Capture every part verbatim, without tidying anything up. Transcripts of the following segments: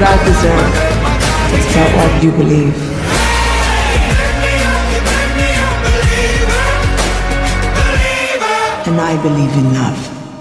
God deserve. It's about what you believe. And I believe in love.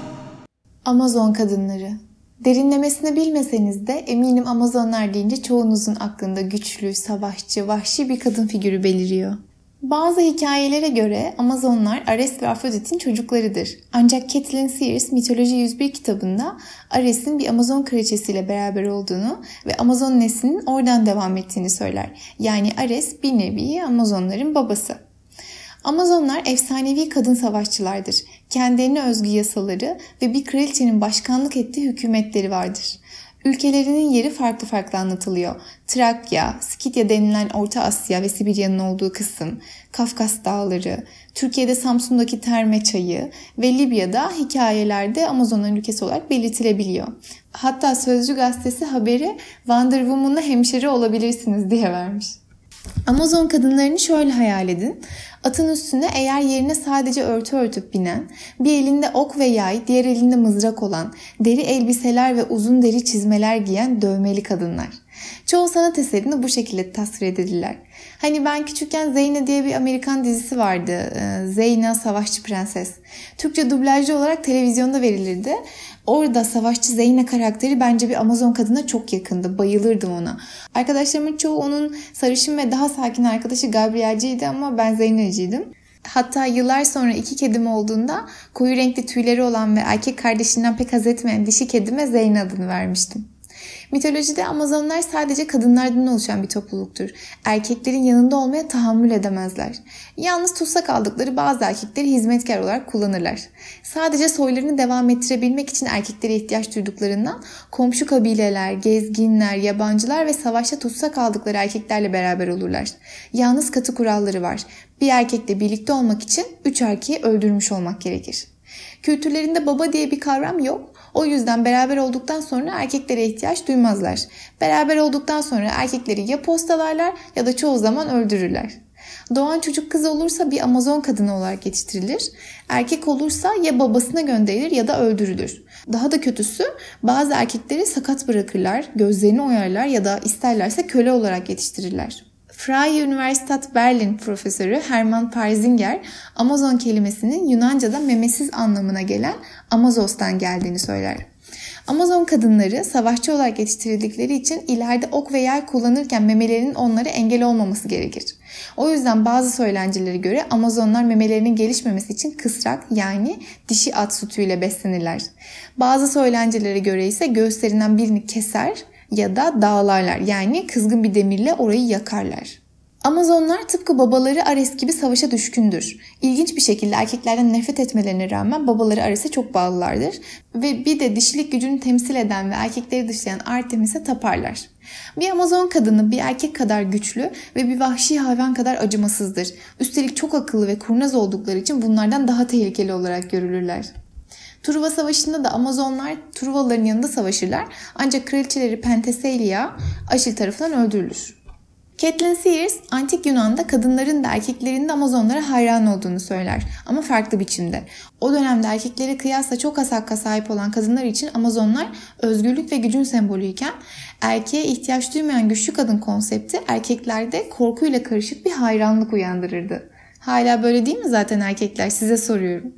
Amazon kadınları. Derinlemesine bilmeseniz de eminim Amazonlar deyince çoğunuzun aklında güçlü, savaşçı, vahşi bir kadın figürü beliriyor. Bazı hikayelere göre Amazonlar Ares ve Afrodit'in çocuklarıdır. Ancak Caitlin Sears Mitoloji yüz bir kitabında Ares'in bir Amazon kraliçesiyle beraber olduğunu ve Amazon neslinin oradan devam ettiğini söyler. Yani Ares bir nevi Amazonların babası. Amazonlar efsanevi kadın savaşçılardır. Kendilerine özgü yasaları ve bir kraliçenin başkanlık ettiği hükümetleri vardır. Ülkelerinin yeri farklı farklı anlatılıyor. Trakya, Skitya denilen Orta Asya ve Sibirya'nın olduğu kısım, Kafkas Dağları, Türkiye'de Samsun'daki Terme Çayı ve Libya'da hikayelerde Amazonların ülkesi olarak belirtilebiliyor. Hatta Sözcü gazetesi haberi Wonder Woman'la hemşire olabilirsiniz diye vermiş. Amazon kadınlarını şöyle hayal edin. Atın üstüne eğer yerine sadece örtü örtüp binen, bir elinde ok ve yay, diğer elinde mızrak olan, deri elbiseler ve uzun deri çizmeler giyen dövmeli kadınlar. Çoğu sanat eserinde bu şekilde tasvir edilirler. Hani ben küçükken Zeyna diye bir Amerikan dizisi vardı. Zeyna Savaşçı Prenses. Türkçe dublajlı olarak televizyonda verilirdi. Orada Savaşçı Zeyna karakteri bence bir Amazon kadına çok yakındı. Bayılırdım ona. Arkadaşlarımın çoğu onun sarışın ve daha sakin arkadaşı Gabriel'ciydi ama ben Zeyna'cıydım. Hatta yıllar sonra iki kedim olduğunda koyu renkli tüyleri olan ve erkek kardeşinden pek haz etmeyen dişi kedime Zeyna adını vermiştim. Mitolojide Amazonlar sadece kadınlardan oluşan bir topluluktur. Erkeklerin yanında olmaya tahammül edemezler. Yalnız tutsak aldıkları bazı erkekleri hizmetkar olarak kullanırlar. Sadece soylarını devam ettirebilmek için erkeklere ihtiyaç duyduklarından komşu kabileler, gezginler, yabancılar ve savaşta tutsak aldıkları erkeklerle beraber olurlar. Yalnız katı kuralları var. Bir erkekle birlikte olmak için üç erkeği öldürmüş olmak gerekir. Kültürlerinde baba diye bir kavram yok. O yüzden beraber olduktan sonra erkeklere ihtiyaç duymazlar. Beraber olduktan sonra erkekleri ya postalarlar ya da çoğu zaman öldürürler. Doğan çocuk kız olursa bir Amazon kadını olarak yetiştirilir. Erkek olursa ya babasına gönderilir ya da öldürülür. Daha da kötüsü bazı erkekleri sakat bırakırlar, gözlerini oyarlar ya da isterlerse köle olarak yetiştirirler. Freie Universität Berlin profesörü Hermann Parzinger, Amazon kelimesinin Yunanca'da memesiz anlamına gelen Amazos'tan geldiğini söyler. Amazon kadınları savaşçı olarak yetiştirildikleri için ileride ok ve yay kullanırken memelerinin onlara engel olmaması gerekir. O yüzden bazı söylencelere göre Amazonlar memelerinin gelişmemesi için kısrak yani dişi at sütüyle beslenirler. Bazı söylencelere göre ise göğüslerinden birini keser ya da dağlarlar yani kızgın bir demirle orayı yakarlar. Amazonlar tıpkı babaları Ares gibi savaşa düşkündür. İlginç bir şekilde erkeklerden nefret etmelerine rağmen babaları Ares'e çok bağlılardır. Ve bir de dişilik gücünü temsil eden ve erkekleri dışlayan Artemis'e taparlar. Bir Amazon kadını bir erkek kadar güçlü ve bir vahşi hayvan kadar acımasızdır. Üstelik çok akıllı ve kurnaz oldukları için bunlardan daha tehlikeli olarak görülürler. Truva Savaşı'nda da Amazonlar Truvaların yanında savaşırlar ancak kraliçeleri Penthesilea Aşil tarafından öldürülür. Caitlin Sears, Antik Yunan'da kadınların da erkeklerin de Amazonlara hayran olduğunu söyler ama farklı biçimde. O dönemde erkeklere kıyasla çok az hakka sahip olan kadınlar için Amazonlar özgürlük ve gücün sembolüyken erkeğe ihtiyaç duymayan güçlü kadın konsepti erkeklerde korkuyla karışık bir hayranlık uyandırırdı. Hala böyle değil mi zaten erkekler? Size soruyorum.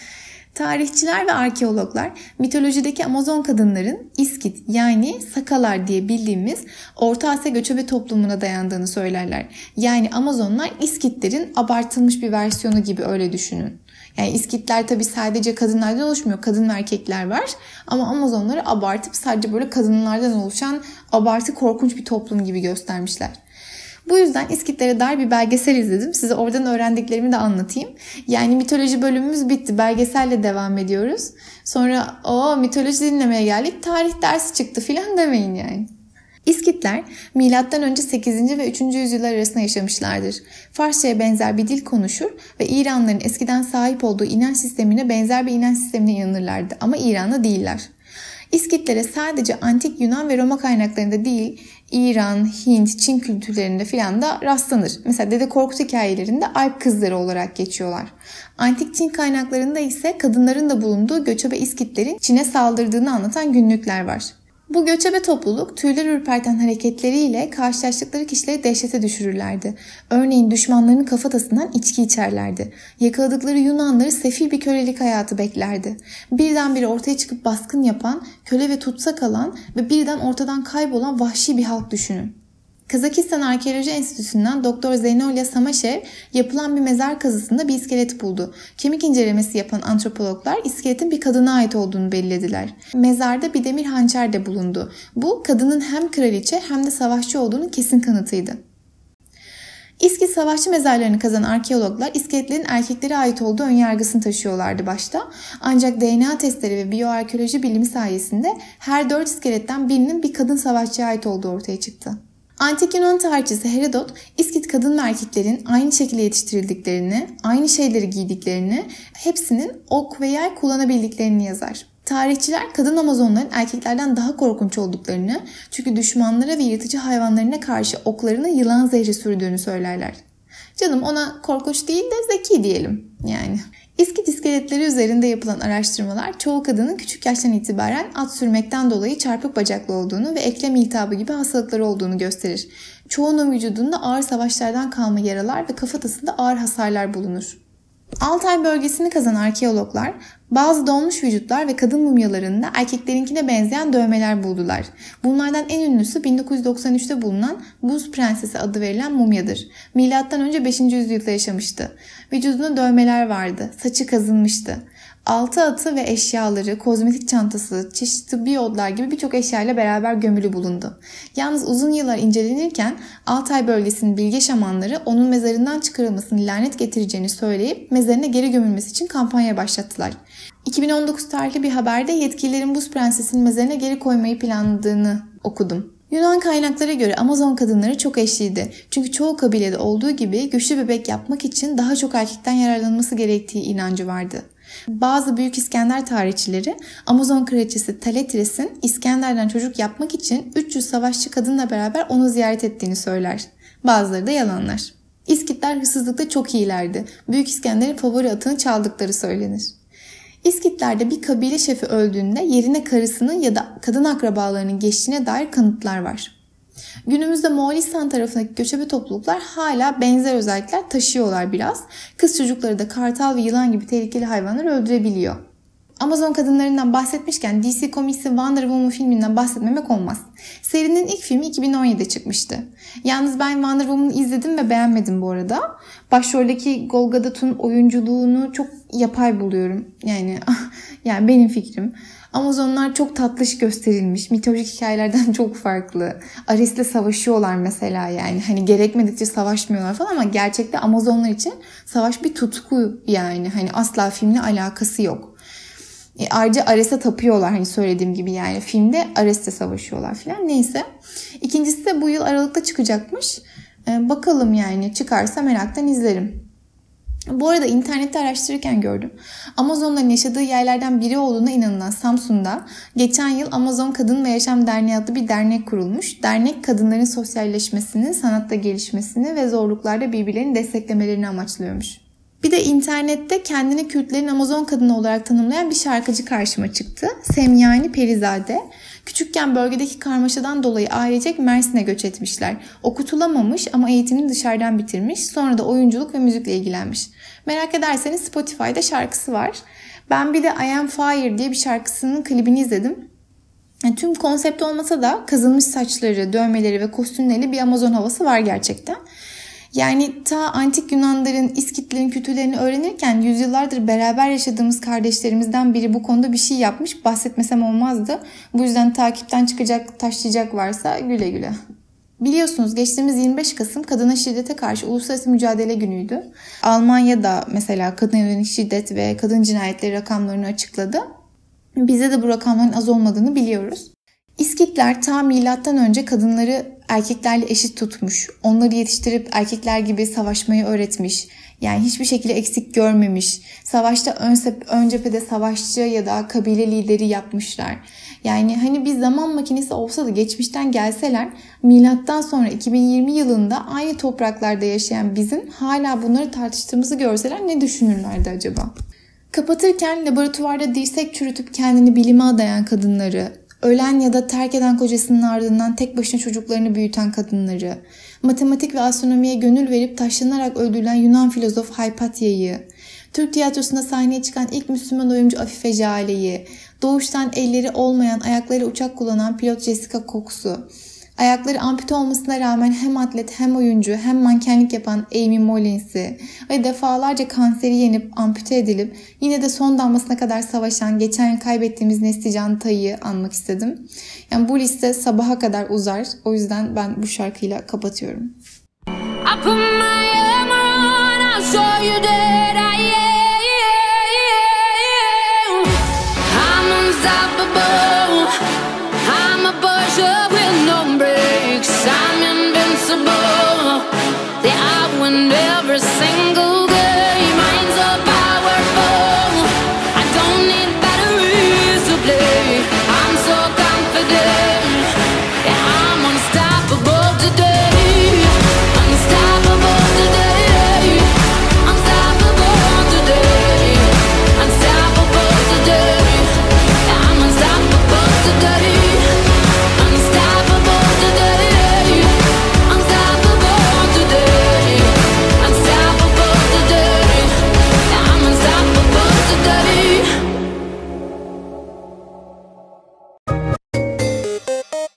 Tarihçiler ve arkeologlar mitolojideki Amazon kadınların İskit yani Sakalar diye bildiğimiz Orta Asya göçebe toplumuna dayandığını söylerler. Yani Amazonlar İskitlerin abartılmış bir versiyonu gibi öyle düşünün. Yani İskitler tabii sadece kadınlardan oluşmuyor. Kadın ve erkekler var. Ama Amazonları abartıp sadece böyle kadınlardan oluşan abartı korkunç bir toplum gibi göstermişler. Bu yüzden İskitlere dair bir belgesel izledim. Size oradan öğrendiklerimi de anlatayım. Yani mitoloji bölümümüz bitti. Belgeselle devam ediyoruz. Sonra o mitoloji dinlemeye geldik. Tarih dersi çıktı filan demeyin yani. İskitler milattan önce sekizinci ve üçüncü yüzyıllar arasında yaşamışlardır. Farsçaya benzer bir dil konuşur ve İranlıların eskiden sahip olduğu inanç sistemine benzer bir inanç sistemine inanırlardı. Ama İranlı değiller. İskitlere sadece antik Yunan ve Roma kaynaklarında değil, İran, Hint, Çin kültürlerinde filan da rastlanır. Mesela Dede Korkut hikayelerinde Alp kızları olarak geçiyorlar. Antik Çin kaynaklarında ise kadınların da bulunduğu göçebe İskitlerin Çin'e saldırdığını anlatan günlükler var. Bu göçebe topluluk tüyler ürperten hareketleriyle karşılaştıkları kişileri dehşete düşürürlerdi. Örneğin düşmanlarının kafatasından içki içerlerdi. Yakaladıkları Yunanları sefil bir kölelik hayatı beklerdi. Birdenbire ortaya çıkıp baskın yapan, köle ve tutsak alan ve birden ortadan kaybolan vahşi bir halk düşünün. Kazakistan Arkeoloji Enstitüsü'nden Doktor Zeynolya Samaşev yapılan bir mezar kazısında bir iskelet buldu. Kemik incelemesi yapan antropologlar iskeletin bir kadına ait olduğunu belirlediler. Mezarda bir demir hançer de bulundu. Bu kadının hem kraliçe hem de savaşçı olduğunun kesin kanıtıydı. İskit savaşçı mezarlarını kazan arkeologlar iskeletlerin erkeklere ait olduğu önyargısını taşıyorlardı başta. Ancak D N A testleri ve biyoarkeoloji bilimi sayesinde her dört iskeletten birinin bir kadın savaşçıya ait olduğu ortaya çıktı. Antik Yunan tarihçisi Herodot, İskit kadın ve erkeklerin aynı şekilde yetiştirildiklerini, aynı şeyleri giydiklerini, hepsinin ok ve yay kullanabildiklerini yazar. Tarihçiler kadın Amazonların erkeklerden daha korkunç olduklarını, çünkü düşmanlara ve yırtıcı hayvanlarına karşı oklarını yılan zehri sürdüğünü söylerler. Canım ona korkunç değil de zeki diyelim yani. İskit iskeletleri üzerinde yapılan araştırmalar çoğu kadının küçük yaştan itibaren at sürmekten dolayı çarpık bacaklı olduğunu ve eklem iltihabı gibi hastalıkları olduğunu gösterir. Çoğunun vücudunda ağır savaşlardan kalma yaralar ve kafatasında ağır hasarlar bulunur. Altay bölgesini kazan arkeologlar bazı donmuş vücutlar ve kadın mumyalarında erkeklerinkine benzeyen dövmeler buldular. Bunlardan en ünlüsü bin dokuz yüz doksan üçte bulunan Buz Prensesi adı verilen mumyadır. Milattan önce beşinci yüzyılda yaşamıştı. Vücudunda dövmeler vardı, saçı kazınmıştı. Altı atı ve eşyaları, kozmetik çantası, çeşitli tıbbi odlar gibi birçok eşyayla beraber gömülü bulundu. Yalnız uzun yıllar incelenirken Altay bölgesinin bilge şamanları onun mezarından çıkarılmasını lanet getireceğini söyleyip mezarına geri gömülmesi için kampanya başlattılar. iki bin on dokuz tarihli bir haberde yetkililerin Buz Prensesi'nin mezarına geri koymayı planladığını okudum. Yunan kaynaklara göre Amazon kadınları çok eşliydi. Çünkü çoğu kabilede olduğu gibi güçlü bebek yapmak için daha çok erkekten yararlanması gerektiği inancı vardı. Bazı Büyük İskender tarihçileri Amazon kraliçesi Taletres'in İskender'den çocuk yapmak için üç yüz savaşçı kadınla beraber onu ziyaret ettiğini söyler. Bazıları da yalanlar. İskitler hırsızlıkta çok iyilerdi. Büyük İskender'in favori atını çaldıkları söylenir. İskitlerde bir kabile şefi öldüğünde yerine karısının ya da kadın akrabalarının geçtiğine dair kanıtlar var. Günümüzde Moğolistan tarafındaki göçebe topluluklar hala benzer özellikler taşıyorlar biraz. Kız çocukları da kartal ve yılan gibi tehlikeli hayvanları öldürebiliyor. Amazon kadınlarından bahsetmişken D C Comics'in Wonder Woman filminden bahsetmemek olmaz. Serinin ilk filmi iki bin on yedide çıkmıştı. Yalnız ben Wonder Woman'ı izledim ve beğenmedim bu arada. Başroldeki Gal Gadot'un oyunculuğunu çok yapay buluyorum. Yani yani benim fikrim. Amazonlar çok tatlış gösterilmiş. Mitolojik hikayelerden çok farklı. Ares'le savaşıyorlar mesela yani. Hani gerekmedikçe savaşmıyorlar falan ama gerçekte Amazonlar için savaş bir tutku yani. Hani asla filmle alakası yok. E, ayrıca Ares'e tapıyorlar hani söylediğim gibi yani. Filmde Ares'le savaşıyorlar falan. Neyse. İkincisi de bu yıl Aralık'ta çıkacakmış. E, bakalım yani çıkarsa meraktan izlerim. Bu arada internette araştırırken gördüm. Amazonların yaşadığı yerlerden biri olduğuna inanılan Samsun'da geçen yıl Amazon Kadın ve Yaşam Derneği adlı bir dernek kurulmuş. Dernek kadınların sosyalleşmesini, sanatta gelişmesini ve zorluklarda birbirlerini desteklemelerini amaçlıyormuş. Bir de internette kendini Kürtlerin Amazon kadını olarak tanımlayan bir şarkıcı karşıma çıktı. Semyani Perizade. Küçükken bölgedeki karmaşadan dolayı ailecek Mersin'e göç etmişler. Okutulamamış ama eğitimini dışarıdan bitirmiş. Sonra da oyunculuk ve müzikle ilgilenmiş. Merak ederseniz Spotify'da şarkısı var. Ben bir de I Am Fire diye bir şarkısının klibini izledim. Yani tüm konsept olmasa da kazınmış saçları, dövmeleri ve kostümleriyle bir Amazon havası var gerçekten. Yani ta antik Yunanların, İskitlerin kültürlerini öğrenirken yüzyıllardır beraber yaşadığımız kardeşlerimizden biri bu konuda bir şey yapmış. Bahsetmesem olmazdı. Bu yüzden takipten çıkacak, taşlayacak varsa güle güle. Biliyorsunuz geçtiğimiz yirmi beş Kasım kadına şiddete karşı Uluslararası Mücadele Günü'ydü. Almanya'da mesela kadına yönelik şiddet ve kadın cinayetleri rakamlarını açıkladı. Bizde de bu rakamların az olmadığını biliyoruz. İskitler ta milattan önce kadınları erkeklerle eşit tutmuş, onları yetiştirip erkekler gibi savaşmayı öğretmiş, yani hiçbir şekilde eksik görmemiş, savaşta ön, ön cephede savaşçı ya da kabile lideri yapmışlar. Yani hani bir zaman makinesi olsa da geçmişten gelseler, milattan sonra iki bin yirmi yılında aynı topraklarda yaşayan bizim hala bunları tartıştığımızı görseler ne düşünürlerdi acaba? Kapatırken laboratuvarda dirsek çürütüp kendini bilime adayan kadınları, ölen ya da terk eden kocasının ardından tek başına çocuklarını büyüten kadınları, matematik ve astronomiye gönül verip taşlanarak öldürülen Yunan filozof Haypatya'yı, Türk tiyatrosunda sahneye çıkan ilk Müslüman oyuncu Afife Jale'yi, doğuştan elleri olmayan, ayakları uçak kullanan pilot Jessica Cox'u, ayakları ampute olmasına rağmen hem atlet hem oyuncu hem mankenlik yapan Amy Mollins'i ve defalarca kanseri yenip ampute edilip yine de son damlasına kadar savaşan geçen yıl kaybettiğimiz Neslihan Tay'ı anmak istedim. Yani bu liste sabaha kadar uzar. O yüzden ben bu şarkıyla kapatıyorum. I put my armor on, I'll show you that.